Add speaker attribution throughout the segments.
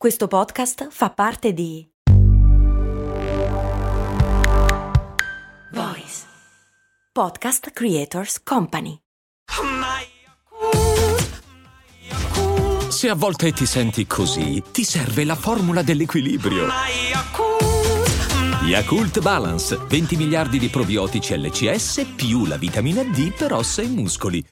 Speaker 1: Questo podcast fa parte di Voice Podcast Creators Company.
Speaker 2: Se a volte ti senti così, ti serve la formula dell'equilibrio. Yakult Balance, 20 miliardi di probiotici LCS più la vitamina D per ossa e muscoli.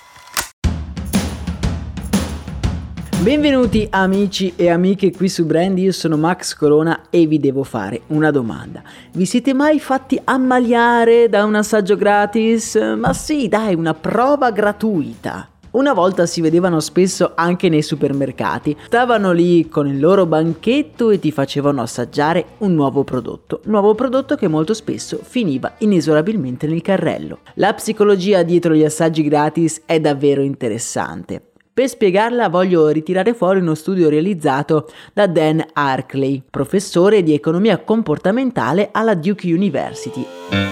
Speaker 3: Benvenuti amici e amiche qui su Brand, io sono Max Corona e vi devo fare una domanda. Vi siete mai fatti ammaliare da un assaggio gratis? Ma sì, dai, una prova gratuita. Una volta si vedevano spesso anche nei supermercati, stavano lì con il loro banchetto e ti facevano assaggiare un nuovo prodotto che molto spesso finiva inesorabilmente nel carrello. La psicologia dietro gli assaggi gratis è davvero interessante. Per spiegarla voglio ritirare fuori uno studio realizzato da Dan Ariely, professore di economia comportamentale alla Duke University.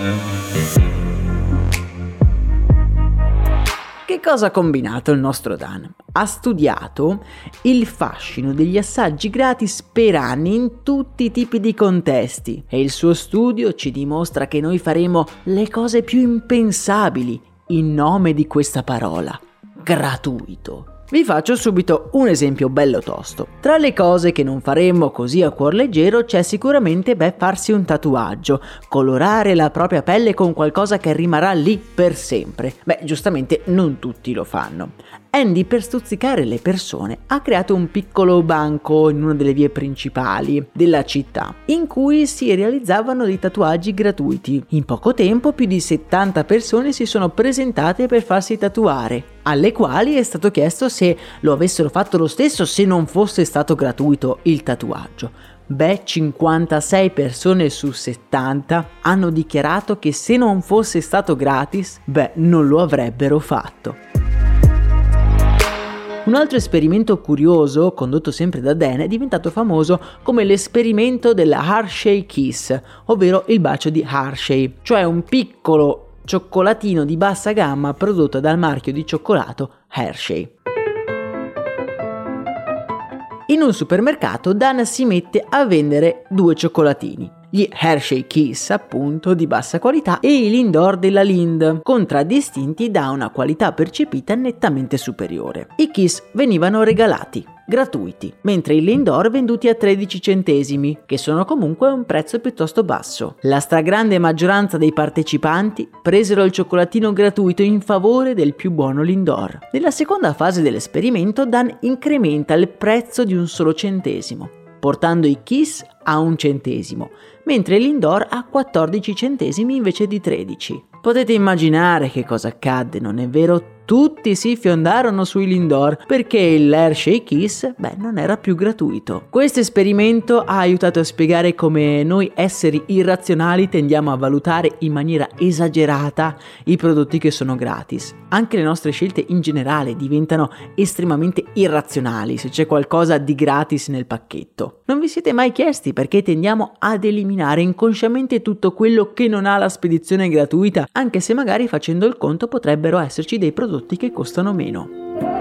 Speaker 3: Che cosa ha combinato il nostro Dan? Ha studiato il fascino degli assaggi gratis per anni in tutti i tipi di contesti e il suo studio ci dimostra che noi faremo le cose più impensabili in nome di questa parola: gratuito. Vi faccio subito un esempio bello tosto. Tra le cose che non faremmo così a cuor leggero c'è sicuramente farsi un tatuaggio, colorare la propria pelle con qualcosa che rimarrà lì per sempre. Giustamente non tutti lo fanno. Andy, per stuzzicare le persone, ha creato un piccolo banco in una delle vie principali della città, in cui si realizzavano dei tatuaggi gratuiti. In poco tempo più di 70 persone si sono presentate per farsi tatuare, alle quali è stato chiesto se lo avessero fatto lo stesso se non fosse stato gratuito il tatuaggio. 56 persone su 70 hanno dichiarato che se non fosse stato gratis, non lo avrebbero fatto. Un altro esperimento curioso, condotto sempre da Dan, è diventato famoso come l'esperimento della Hershey Kiss, ovvero il bacio di Hershey, cioè un piccolo cioccolatino di bassa gamma prodotto dal marchio di cioccolato Hershey. In un supermercato Dan si mette a vendere due cioccolatini, gli Hershey Kiss appunto di bassa qualità e i Lindor della Lind, contraddistinti da una qualità percepita nettamente superiore. I Kiss venivano regalati, gratuiti, mentre i Lindor venduti a 13 centesimi, che sono comunque un prezzo piuttosto basso. La stragrande maggioranza dei partecipanti presero il cioccolatino gratuito in favore del più buono Lindor. Nella seconda fase dell'esperimento Dan incrementa il prezzo di un solo centesimo, portando i Kiss a 1 centesimo, mentre il Lindor a 14 centesimi invece di 13. Potete immaginare che cosa accadde, non è vero? Tutti si fiondarono sui Lindor perché l'Hershey Kiss, non era più gratuito. Questo esperimento ha aiutato a spiegare come noi esseri irrazionali tendiamo a valutare in maniera esagerata i prodotti che sono gratis. Anche le nostre scelte in generale diventano estremamente irrazionali se c'è qualcosa di gratis nel pacchetto. Non vi siete mai chiesti perché tendiamo ad eliminare inconsciamente tutto quello che non ha la spedizione gratuita, anche se magari facendo il conto potrebbero esserci dei prodotti che costano meno.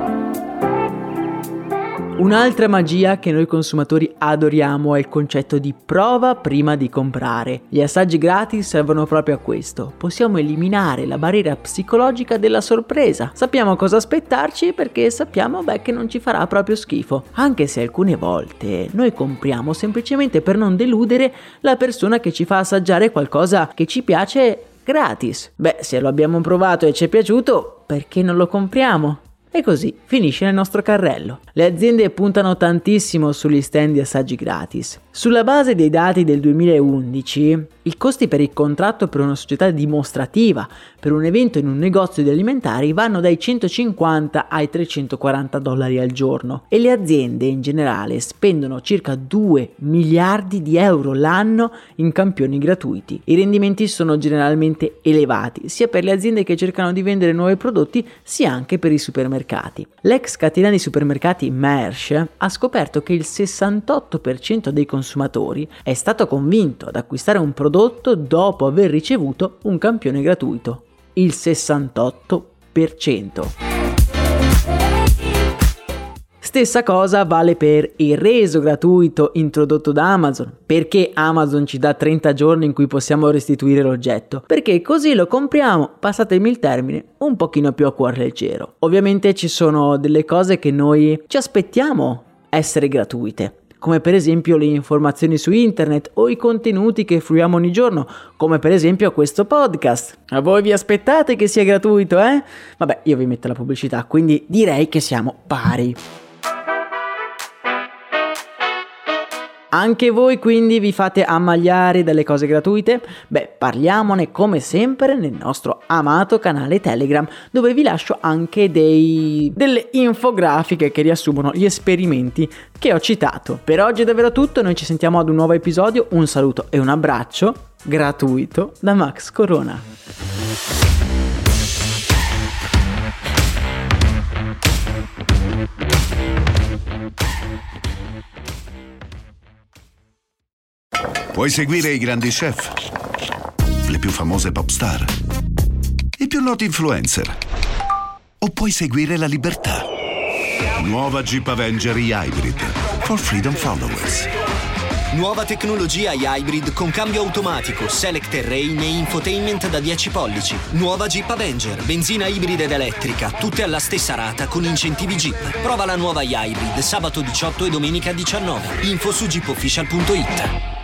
Speaker 3: Un'altra magia che noi consumatori adoriamo è il concetto di prova prima di comprare. Gli assaggi gratis servono proprio a questo. Possiamo eliminare la barriera psicologica della sorpresa. Sappiamo cosa aspettarci perché sappiamo che non ci farà proprio schifo. Anche se alcune volte noi compriamo semplicemente per non deludere la persona che ci fa assaggiare qualcosa che ci piace gratis. Se lo abbiamo provato e ci è piaciuto, perché non lo compriamo? E così finisce nel nostro carrello. Le aziende puntano tantissimo sugli stand di assaggi gratis. Sulla base dei dati del 2011, i costi per il contratto per una società dimostrativa per un evento in un negozio di alimentari vanno dai 150 ai $340 al giorno e le aziende in generale spendono circa 2 miliardi di euro l'anno in campioni gratuiti. I rendimenti sono generalmente elevati sia per le aziende che cercano di vendere nuovi prodotti sia anche per i supermercati. L'ex catena di supermercati Maersk ha scoperto che il 68% dei consumatori è stato convinto ad acquistare un prodotto dopo aver ricevuto un campione gratuito. Il 68%. Stessa cosa vale per il reso gratuito introdotto da Amazon. Perché Amazon ci dà 30 giorni in cui possiamo restituire l'oggetto? Perché così lo compriamo, passatemi il termine, un pochino più a cuor leggero. Ovviamente ci sono delle cose che noi ci aspettiamo essere gratuite, come per esempio le informazioni su internet o i contenuti che fruiamo ogni giorno, come per esempio questo podcast. A voi vi aspettate che sia gratuito, eh? Vabbè, io vi metto la pubblicità, quindi direi che siamo pari. Anche voi quindi vi fate ammagliare dalle cose gratuite? Beh, parliamone come sempre nel nostro amato canale Telegram, dove vi lascio anche delle infografiche che riassumono gli esperimenti che ho citato. Per oggi è davvero tutto, noi ci sentiamo ad un nuovo episodio, un saluto e un abbraccio gratuito da Max Corona.
Speaker 4: Puoi seguire i grandi chef, le più famose pop star, i più noti influencer, o puoi seguire la libertà. Nuova Jeep Avenger e-Hybrid for freedom followers.
Speaker 5: Nuova tecnologia e-Hybrid con cambio automatico, Select Terrain e infotainment da 10 pollici. Nuova Jeep Avenger, benzina ibrida ed elettrica, tutte alla stessa rata con incentivi Jeep. Prova la nuova e-Hybrid sabato 18 e domenica 19. Info su jeepofficial.it.